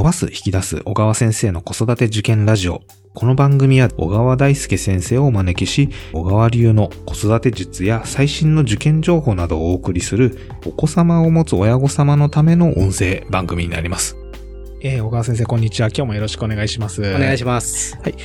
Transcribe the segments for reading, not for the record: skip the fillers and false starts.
ばす引き出す小川先生の子育て受験ラジオ。この番組は小川大輔先生をお招きし、小川流の子育て術や最新の受験情報などをお送りするお子様を持つ親御様のための音声番組になります。小川先生、こんにちは。今日もよろしくお願いします。 お願いします。 はい。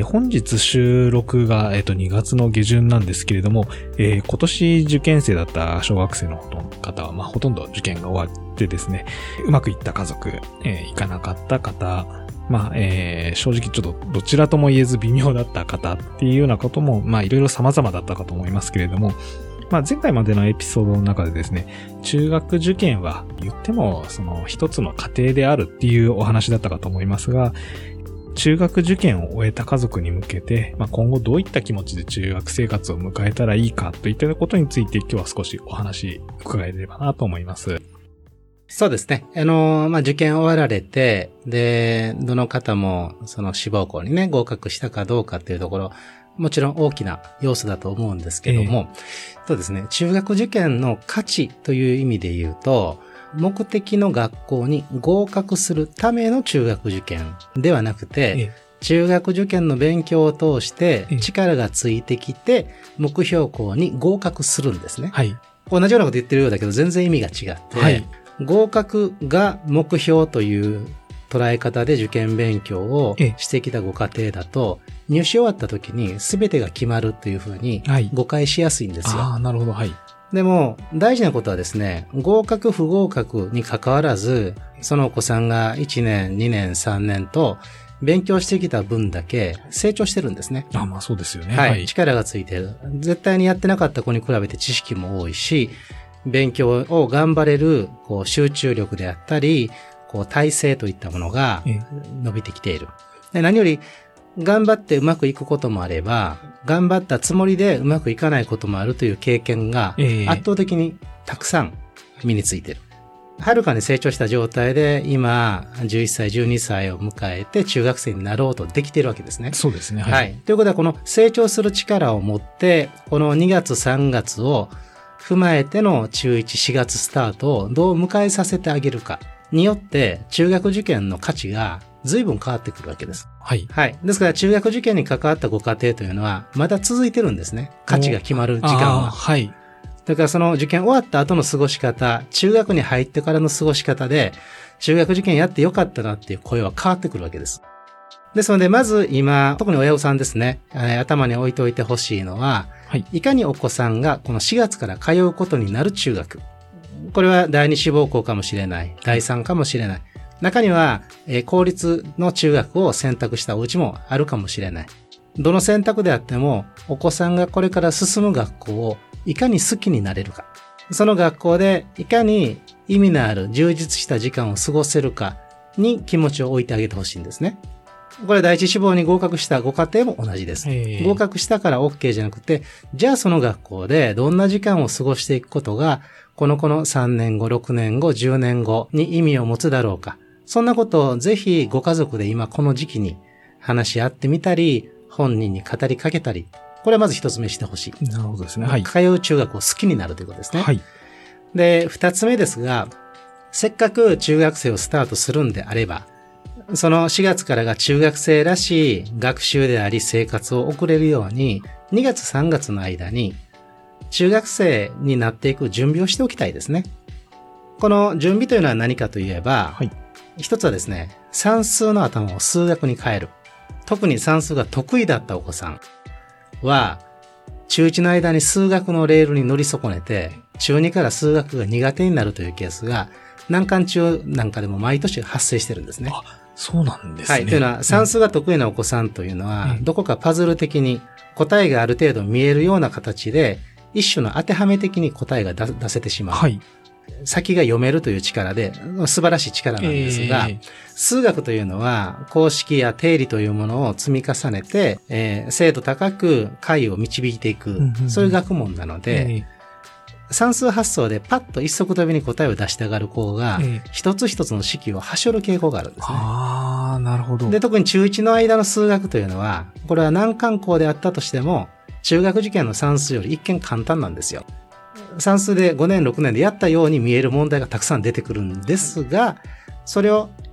本日収録が、2月の下旬なんですけれども、今年受験生だった小学生の方は、ほとんど受験が終わってですね、うまくいった家族、いかなかった方、正直ちょっとどちらとも言えず微妙だった方っていうようなことも、いろいろ様々だったかと思いますけれども、前回までのエピソードの中でですね、中学受験は言ってもその一つの家庭であるっていうお話だったかと思いますが、中学受験を終えた家族に向けて、今後どういった気持ちで中学生活を迎えたらいいかといったことについて今日は少しお話伺えればなと思います。 そうですね。受験終わられて、で、どの方もその志望校にね、合格したかどうかっていうところ、もちろん大きな要素だと思うんですけども、そうですね、中学受験の価値という意味で言うと、目的の学校に合格するための中学受験ではなくて、中学受験の勉強を通して力がついてきて、目標校に合格するんですね。同じようなこと言ってるようだけど、全然意味が違って、合格が目標という捉え方で受験勉強をしてきたご家庭だと、入試終わった時に全てが決まるというふうに誤解しやすいんですよ。 なるほど。 でも、大事なことはですね、合格不合格に関わらず、そのお子さんが1年、2年、3年と勉強してきた分だけ成長してるんですね。 そうですよね。 力がついてる。絶対にやってなかった子に比べて知識も多いし、勉強を頑張れる集中力であったり、体制といったものが伸びてきている。で、何より頑張ってうまくいくこともあれば、頑張ったつもりでうまくいかないこともあるという経験が圧倒的にたくさん身についている。はるかに成長した状態で今11歳、12歳を迎えて中学生になろうとできているわけですね。 そうですね。 ということはこの成長する力を持ってこの2月3月を踏まえての中1、4月スタートをどう迎えさせてあげるかによって中学受験の価値が随分変わってくるわけです。ですから中学受験に関わったご家庭というのはまだ続いてるんですね。価値が決まる時間は。だからその受験終わった後の過ごし方、中学に入ってからの過ごし方で中学受験やってよかったなっていう声は変わってくるわけです。ですのでまず今、特に親御さんですね、頭に置いておいてほしいのは、いかにお子さんがこの4月から通うことになる中学。これは第2志望校かもしれない。第3かもしれない。中には、公立の中学を選択したお家もあるかもしれない。どの選択であっても、お子さんがこれから進む学校をいかに好きになれるか。その学校でいかに意味のある充実した時間を過ごせるかに気持ちを置いてあげてほしいんですね。これ第一志望に合格したご家庭も同じです。合格したから OK じゃなくて、じゃあその学校でどんな時間を過ごしていくことが、この子の3年後、6年後、10年後に意味を持つだろうか。そんなことをぜひご家族で今この時期に話し合ってみたり、本人に語りかけたり、これはまず一つ目してほしい。 なるほどですね。 通う中学を好きになるということですね。で、二つ目ですが、せっかく中学生をスタートするんであれば、その4月からが中学生らしい学習であり生活を送れるように、2月3月の間に中学生になっていく準備をしておきたいですね。この準備というのは何かといえば、一つはですね、算数の頭を数学に変える。特に算数が得意だったお子さんは、中1の間に数学のレールに乗り損ねて、中2から数学が苦手になるというケースが、難関中なんかでも毎年発生してるんですね。 そうなんですね。 というのは、算数が得意なお子さんというのは、どこかパズル的に答えがある程度見えるような形で、一種の当てはめ的に答えが出せてしまう。先が読めるという力で、素晴らしい力なんですが、数学というのは、公式や定理というものを積み重ねて、精度高く解を導いていく、そういう学問なので、算数発想でパッと一足飛びに答えを出したがる子が、一つ一つの式を端折る傾向があるんですね。 なるほど。 で、特に中1の間の数学というのは、これは難関校であったとしても、中学受験の算数より一見簡単なんですよ。算数で5年6年でやったように見える問題がたくさん出てくるんですが、それを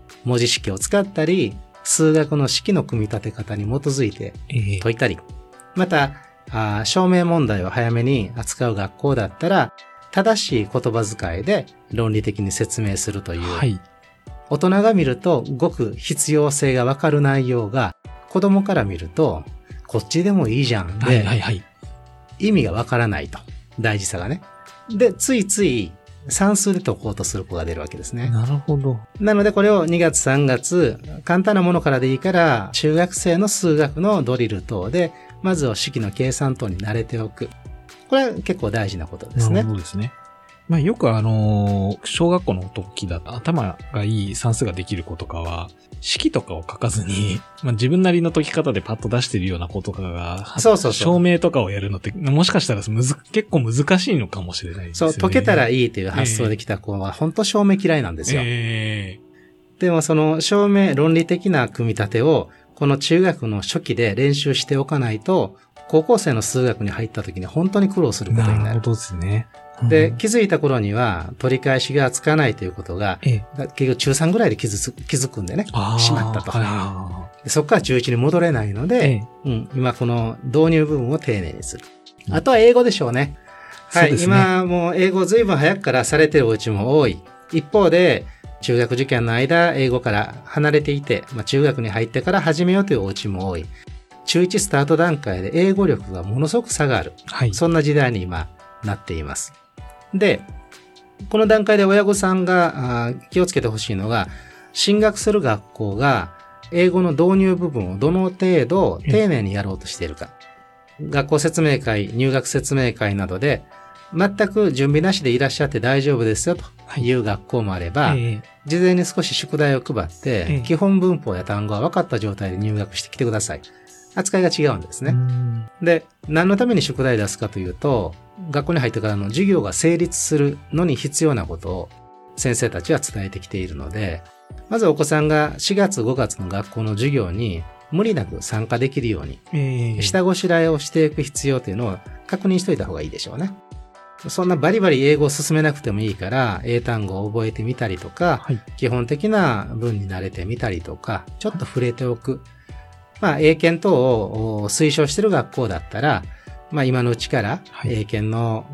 文字式を使ったり、数学の式の組み立て方に基づいて解いたり、また、証明問題を早めに扱う学校だったら、正しい言葉遣いで論理的に説明するという、はい、大人が見るとごく必要性がわかる内容が、子供から見ると、こっちでもいいじゃんで、意味がわからないと。大事さがね。で、ついつい算数で解こうとする子が出るわけですね。 なるほど。 なのでこれを2月3月、簡単なものからでいいから、中学生の数学のドリル等で、まずは式の計算等に慣れておく。これは結構大事なことですね。 そうですね。まあよく小学校の時だと頭がいい算数ができる子とかは、式とかを書かずに、まあ自分なりの解き方でパッと出してるような子とかが、証明とかをやるのって、もしかしたら結構難しいのかもしれないですね。 そう、解けたらいいという発想できた子は、本当証明嫌いなんですよ。でもその証明、論理的な組み立てを、この中学の初期で練習しておかないと、高校生の数学に入った時に本当に苦労することになる。 なるほどですね。 で、気づいた頃には取り返しがつかないということが、結局中3ぐらいで気づくんでね、しまったと。そこから中1に戻れないので、今この導入部分を丁寧にする。あとは英語でしょうね。はい、ね、今もう英語随分早くからされてるお家も多い。一方で、中学受験の間、英語から離れていて、中学に入ってから始めようというお家も多い。中1スタート段階で英語力がものすごく差がある。そんな時代に今なっています。で、この段階で親御さんが気をつけてほしいのが、進学する学校が英語の導入部分をどの程度丁寧にやろうとしているか。学校説明会、入学説明会などで、全く準備なしでいらっしゃって大丈夫ですよという学校もあれば、事前に少し宿題を配って、基本文法や単語が分かった状態で入学してきてください。扱いが違うんですね。で、何のために宿題出すかというと、学校に入ってからの授業が成立するのに必要なことを先生たちは伝えてきているので、まずお子さんが4月5月の学校の授業に無理なく参加できるように、下ごしらえをしていく必要というのを確認しといた方がいいでしょうね。そんなバリバリ英語を進めなくてもいいから、英単語を覚えてみたりとか、基本的な文に慣れてみたりとか、ちょっと触れておく。英検等を推奨している学校だったら、今のうちから英検の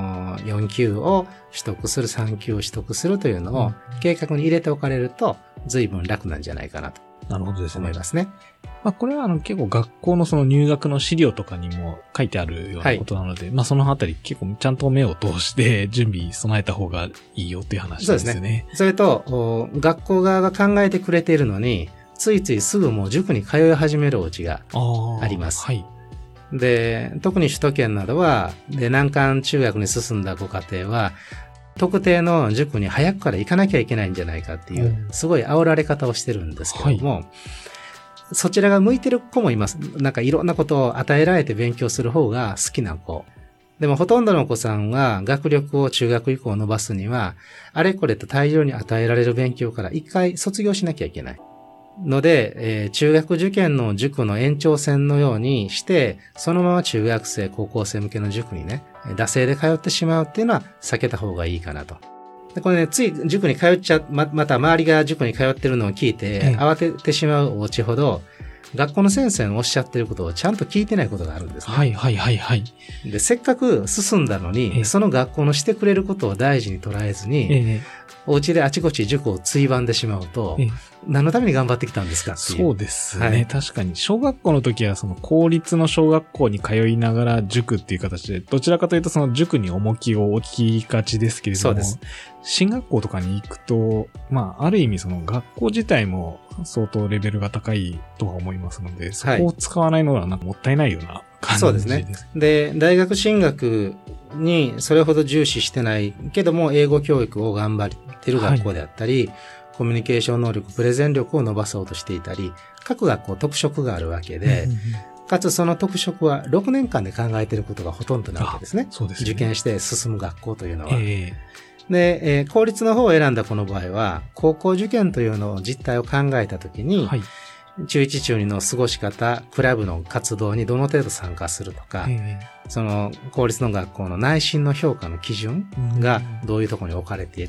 4級を取得する、3級を取得するというのを計画に入れておかれると随分楽なんじゃないかなと。 なるほどですね。 思いますね。 これは結構学校のその入学の資料とかにも書いてあるようなことなので、そのあたり結構ちゃんと目を通して準備備えた方がいいよっていう話ですね。そうですね。 それと、学校側が考えてくれているのに、ついついすぐもう塾に通い始めるお家があります。で、特に首都圏などは、難関中学に進んだご家庭は、特定の塾に早くから行かなきゃいけないんじゃないかっていう、すごい煽られ方をしてるんですけども、そちらが向いてる子もいます。なんかいろんなことを与えられて勉強する方が好きな子。でもほとんどのお子さんは学力を中学以降伸ばすには、あれこれと大量に与えられる勉強から一回卒業しなきゃいけない。ので、中学受験の塾の延長線のようにして、そのまま中学生、高校生向けの塾にね、惰性で通ってしまうっていうのは避けた方がいいかなと。でこれね、つい塾に通っちゃ、また周りが塾に通ってるのを聞いて、慌ててしまうお家ほど、学校の先生のおっしゃってることをちゃんと聞いてないことがあるんですね。で、せっかく進んだのに、その学校のしてくれることを大事に捉えずに、お家であちこち塾をついばんでしまうと、何のために頑張ってきたんですかっていう。 そうですね。確かに。小学校の時はその公立の小学校に通いながら塾っていう形で、どちらかというとその塾に重きを置きがちですけれども、進学校とかに行くと、ある意味その学校自体も相当レベルが高いとは思いますので、そこを使わないのはなんかもったいないような感じです。 そうですね。で、大学進学にそれほど重視してないけども、英語教育を頑張っている学校であったり、コミュニケーション能力、プレゼン力を伸ばそうとしていたり、各学校特色があるわけで、かつその特色は6年間で考えていることがほとんどなわけですね。 そうですね。 受験して進む学校というのは。で、公立の方を選んだこの場合は、高校受験というのを実態を考えたときに、中1中2の過ごし方、クラブの活動にどの程度参加するとか、その公立の学校の内申の評価の基準がどういうところに置かれている、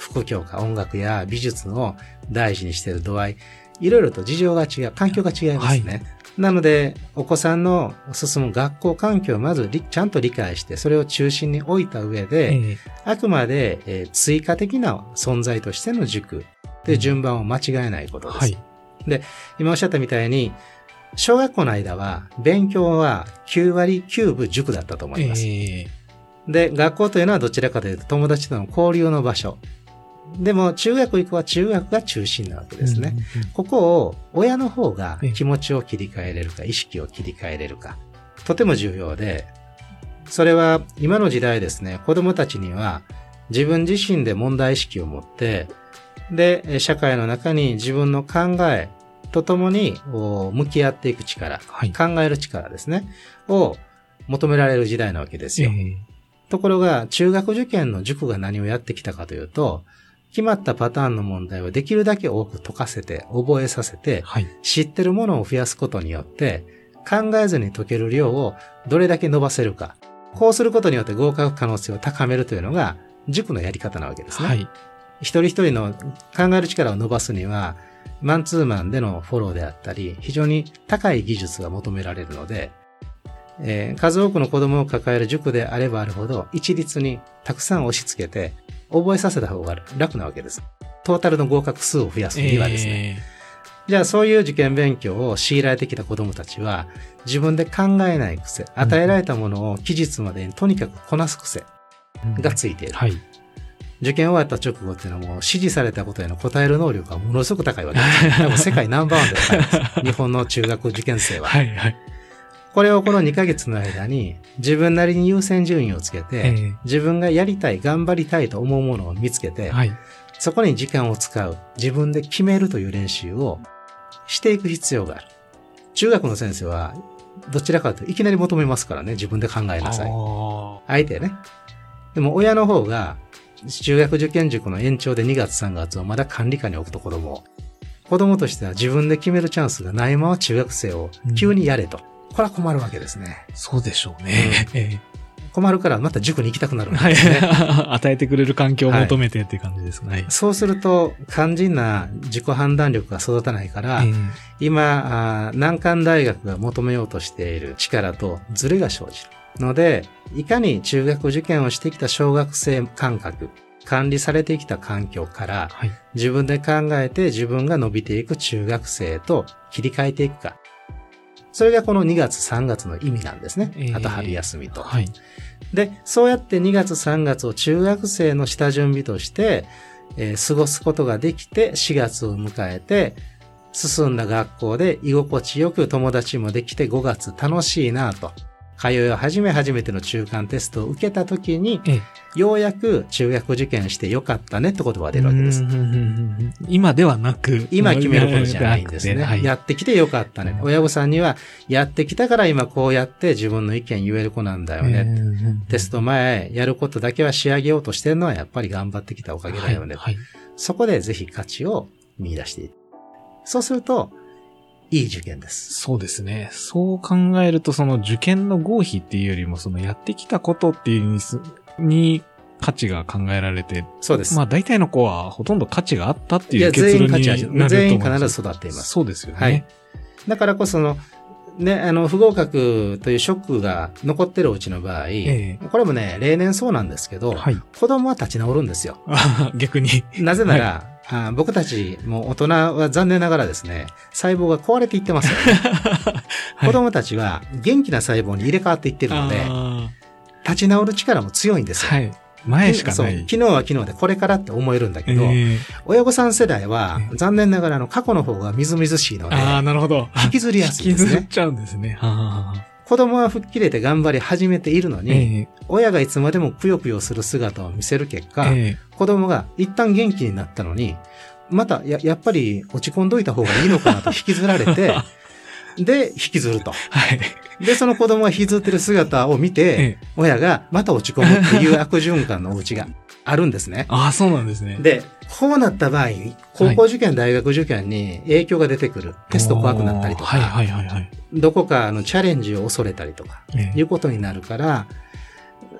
副教科、音楽や美術を大事にしている度合い、いろいろと事情が違う、環境が違いますね。なので、お子さんの進む学校環境をまずちゃんと理解して、それを中心に置いた上で、あくまで、追加的な存在としての塾で順番を間違えないことです。で、今おっしゃったみたいに、小学校の間は勉強は9割9分塾だったと思います。で、学校というのはどちらかというと友達との交流の場所。でも中学以降は中学が中心なわけですね。ここを親の方が気持ちを切り替えれるか、意識を切り替えれるか、とても重要で、それは今の時代ですね、子供たちには自分自身で問題意識を持って、で、社会の中に自分の考えとともに向き合っていく力、考える力ですね、を求められる時代なわけですよ。ところが、中学受験の塾が何をやってきたかというと、決まったパターンの問題をできるだけ多く解かせて、覚えさせて、知ってるものを増やすことによって、考えずに解ける量をどれだけ伸ばせるか。こうすることによって合格可能性を高めるというのが、塾のやり方なわけですね。一人一人の考える力を伸ばすには、マンツーマンでのフォローであったり、非常に高い技術が求められるので、数多くの子供を抱える塾であればあるほど、一律にたくさん押し付けて、覚えさせた方が楽なわけです。トータルの合格数を増やすにはですね。じゃあそういう受験勉強を強いられてきた子供たちは、自分で考えない癖、与えられたものを期日までにとにかくこなす癖がついている。受験終わった直後っていうのはもう指示されたことへの答える能力がものすごく高いわけです。多分世界ナンバーワンで高いです。日本の中学受験生は。これをこの2ヶ月の間に自分なりに優先順位をつけて、自分がやりたい、頑張りたいと思うものを見つけて、そこに時間を使う、自分で決めるという練習をしていく必要がある。中学の先生はどちらかというといきなり求めますからね、自分で考えなさい。相手ね。でも親の方が中学受験塾の延長で2月3月をまだ管理下に置くと子供としては自分で決めるチャンスがないまま中学生を急にやれと。これは困るわけですね。 そうでしょうね。 困るからまた塾に行きたくなるわけですね。 与えてくれる環境を求めてっていう感じですね。 そうすると肝心な自己判断力が育たないから、今難関大学が求めようとしている力とズレが生じるので、いかに中学受験をしてきた小学生感覚、管理されてきた環境から、自分で考えて自分が伸びていく中学生と切り替えていくか。それがこの2月3月の意味なんですね。あと春休みと。で、そうやって2月3月を中学生の下準備として、過ごすことができて4月を迎えて、進んだ学校で居心地よく友達もできて5月楽しいなと。通いを初めての中間テストを受けたときに、ようやく中学受験してよかったねって言葉が出るわけです。 今ではなく。 今決めることじゃないんですね。やってきてよかったね。親御さんには、やってきたから今こうやって自分の意見言える子なんだよね。テスト前やることだけは仕上げようとしてるのはやっぱり頑張ってきたおかげだよね。そこでぜひ価値を見出していく。そうすると、いい受験です。 そうですね。そう考えると、その受験の合否っていうよりも、そのやってきたことっていうに価値が考えられて、 そうです。 まあ大体の子はほとんど価値があったっていう結論になると思うんです。 全員必ず育っています。 そうですよね。 だからこそ不合格というショックが残ってるうちの場合、これもね、例年そうなんですけど、子供は立ち直るんですよ。 逆に。 なぜなら、僕たちも大人は残念ながらですね、細胞が壊れていってますよね。子供たちは元気な細胞に入れ替わっていってるので、立ち直る力も強いんですよ。 前しかない。 昨日は昨日でこれからって思えるんだけど、親御さん世代は残念ながら過去の方がみずみずしいので、 なるほど。 引きずりやすいですね。 引きずっちゃうんですね。 子供は吹っ切れて頑張り始めているのに、親がいつまでもくよくよする姿を見せる結果、子供が一旦元気になったのに、またやっぱり落ち込んどいた方がいいのかなと引きずられて、で、引きずると。で、その子供が引きずってる姿を見て、親がまた落ち込むっていう悪循環のお家があるんですね。 そうなんですね。 で、こうなった場合、高校受験、大学受験に影響が出てくる。テスト怖くなったりとか、どこかチャレンジを恐れたりとか、いうことになるから、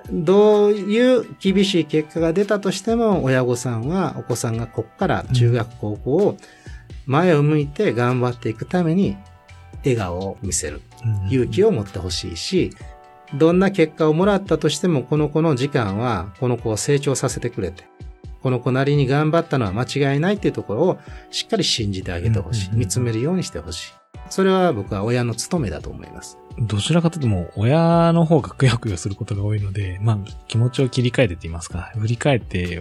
どういう厳しい結果が出たとしても、親御さんはお子さんがここから中学高校を前を向いて頑張っていくために笑顔を見せる。勇気を持ってほしいし、どんな結果をもらったとしても、この子の時間はこの子を成長させてくれて、この子なりに頑張ったのは間違いないっていうところをしっかり信じてあげてほしい。見つめるようにしてほしい。それは僕は親の務めだと思います。 どちらかというともう親の方がくよくよすることが多いので、まあ気持ちを切り替えてって言いますか、振り返って、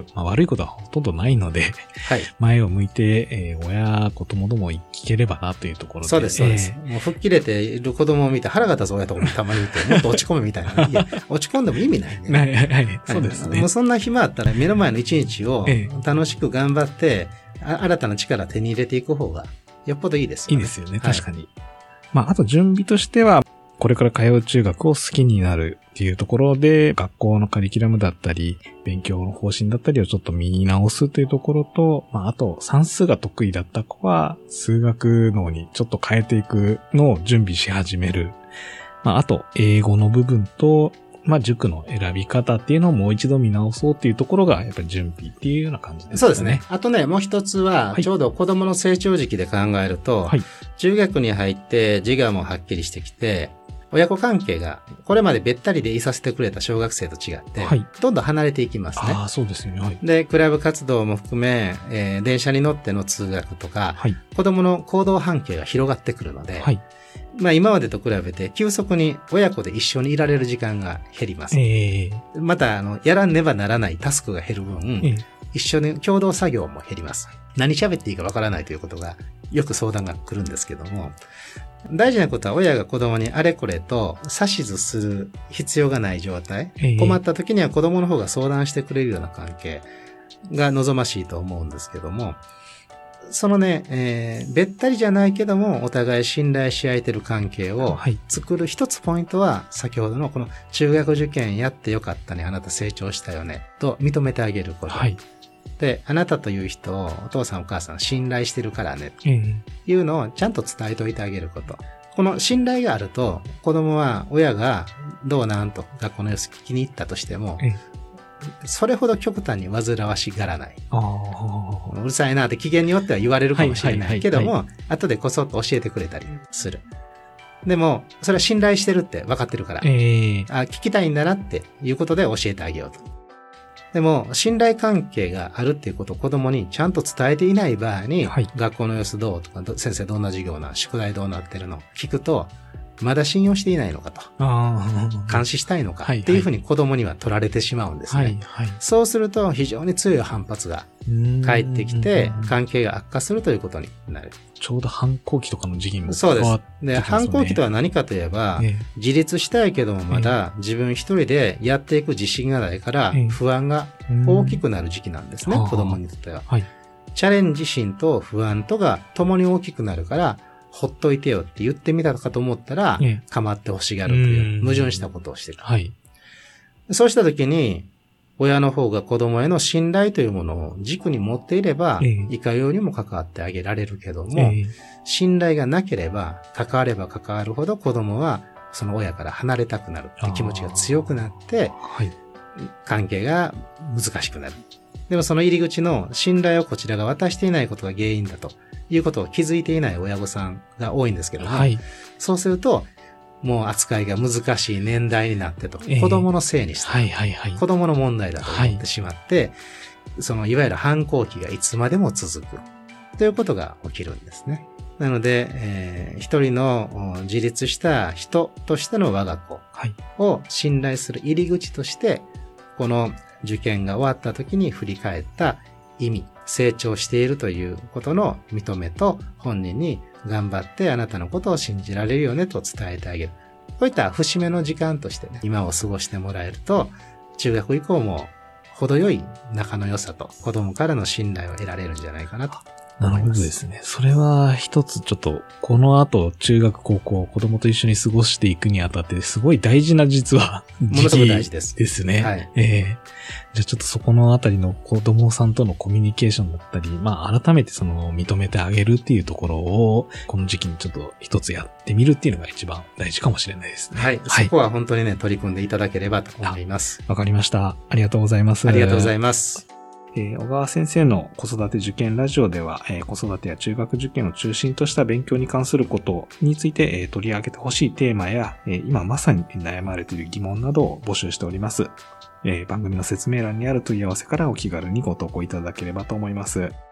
まあ悪いことはほとんどないので、 はい、 前を向いて、親子ともども生きければなというところで。 そうです、そうです。もう吹っ切れている子供を見て腹が立つ親とかもたまに見て、もっと落ち込むみたいな。いや、落ち込んでも意味ないね。 はい、そうですね。 もうそんな暇あったら目の前の一日を楽しく頑張って、新たな力を手に入れていく方がよっぽどいいですよね。 いいですよね、確かに。まあ、あと準備としては、これから通う中学を好きになるっていうところで、学校のカリキュラムだったり、勉強の方針だったりをちょっと見直すというところと、まあ、あと算数が得意だった子は、数学のにちょっと変えていくのを準備し始める。まあ、あと、英語の部分と、まあ、塾の選び方っていうのをもう一度見直そうっていうところが、やっぱり準備っていうような感じですね。 そうですね。あとね、もう一つは、ちょうど子供の成長時期で考えると、はい、中学に入って自我もはっきりしてきて、親子関係がこれまでべったりでいさせてくれた小学生と違って、はい、どんどん離れていきますね。 ああ、そうですね。はい。 で、クラブ活動も含め、電車に乗っての通学とか、はい、子供の行動半径が広がってくるので、はい、まあ今までと比べて急速に親子で一緒にいられる時間が減ります。また、やらねばならないタスクが減る分、一緒に共同作業も減ります。何喋っていいかわからないということがよく相談が来るんですけども、大事なことは親が子供にあれこれと指図する必要がない状態、困った時には子供の方が相談してくれるような関係が望ましいと思うんですけども、そのね、べったりじゃないけどもお互い信頼し合えてる関係を作る一つポイントは、先ほどのこの中学受験やってよかったね、あなた成長したよねと認めてあげること、はい、で、あなたという人をお父さんお母さん信頼してるからねっていうのをちゃんと伝えておいてあげること。この信頼があると、子供は親がどうなんと学校の様子聞きに行ったとしても、それほど極端に煩わしがらない。うるさいなって機嫌によっては言われるかもしれないけども、後でこそっと教えてくれたりする。でも、それは信頼してるって分かってるから、聞きたいんだなっていうことで教えてあげようと。でも、信頼関係があるっていうことを子供にちゃんと伝えていない場合に、はい、学校の様子どうとか、先生どんな授業な、宿題どうなってるの聞くと、まだ信用していないのかと。監視したいのかっていうふうに子供には取られてしまうんですね。はいはい、そうすると非常に強い反発が返ってきて、関係が悪化するということになる。 ちょうど反抗期とかの時期もそうです。で、反抗期とは何かといえば、自立したいけどもまだ自分一人でやっていく自信がないから不安が大きくなる時期なんですね、子供にとっては。はい、チャレンジ心と不安とが共に大きくなるから、ほっといてよって言ってみたかと思ったら、構ってほしがるという矛盾したことをしている。はい、そうしたときに、親の方が子供への信頼というものを軸に持っていれば、いかようにも関わってあげられるけども、信頼がなければ、関われば関わるほど子供はその親から離れたくなるっていう気持ちが強くなって、関係が難しくなる。でもその入り口の信頼をこちらが渡していないことが原因だということを気づいていない親御さんが多いんですけども、はい、そうすると、もう扱いが難しい年代になってと、子供のせいにして、子供の問題だと思ってしまって、そのいわゆる反抗期がいつまでも続くということが起きるんですね。なので、一人の自立した人としての我が子を信頼する入り口として、この受験が終わった時に振り返った意味、成長しているということの認めと、本人に頑張ってあなたのことを信じられるよねと伝えてあげる。こういった節目の時間としてね、今を過ごしてもらえると、中学以降も程よい仲の良さと子供からの信頼を得られるんじゃないかなと思います。 なるほどですね。それは一つちょっと、この後、中学高校、子供と一緒に過ごしていくにあたって、すごい大事な実は、 ものすごく大事です。 ですね。 はい。 じゃあちょっとそこのあたりの子供さんとのコミュニケーションだったり、改めて認めてあげるっていうところを、この時期にちょっと一つやってみるっていうのが一番大事かもしれないですね。 はい。そこは本当にね、取り組んでいただければと思います。 わかりました。ありがとうございます。 ありがとうございます。 小川先生の子育て受験ラジオでは、子育てや中学受験を中心とした勉強に関することについて、取り上げてほしいテーマや、今まさに悩まれている疑問などを募集しております。番組の説明欄にある問い合わせからお気軽にご投稿いただければと思います。